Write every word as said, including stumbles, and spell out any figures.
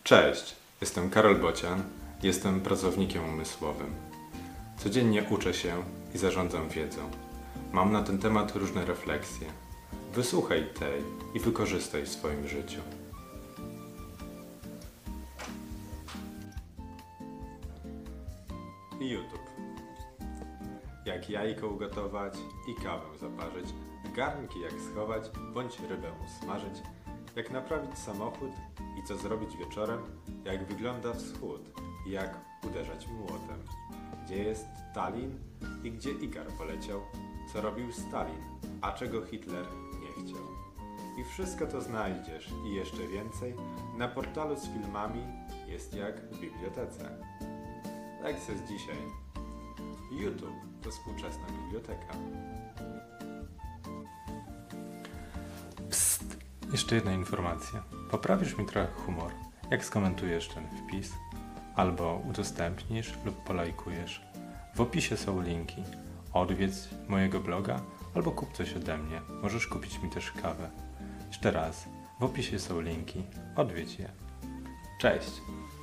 Cześć, jestem Karol Bocian, jestem pracownikiem umysłowym. Codziennie uczę się i zarządzam wiedzą. Mam na ten temat różne refleksje. Wysłuchaj tej i wykorzystaj w swoim życiu. YouTube. Jak jajko ugotować i kawę zaparzyć, garnki jak schować, bądź rybę usmażyć, jak naprawić samochód i co zrobić wieczorem, jak wygląda wschód i jak uderzać młotem, gdzie jest Tallin i gdzie Igar poleciał, co robił Stalin, a czego Hitler nie chciał. I wszystko to znajdziesz i jeszcze więcej na portalu z filmami Jest jak w bibliotece. Lekcja z dzisiaj. YouTube to współczesna biblioteka. Psst! Jeszcze jedna informacja. Poprawisz mi trochę humor, jak skomentujesz ten wpis, albo udostępnisz lub polajkujesz. W opisie są linki. Odwiedź mojego bloga albo kup coś ode mnie. Możesz kupić mi też kawę. Jeszcze raz. W opisie są linki. Odwiedź je. Cześć!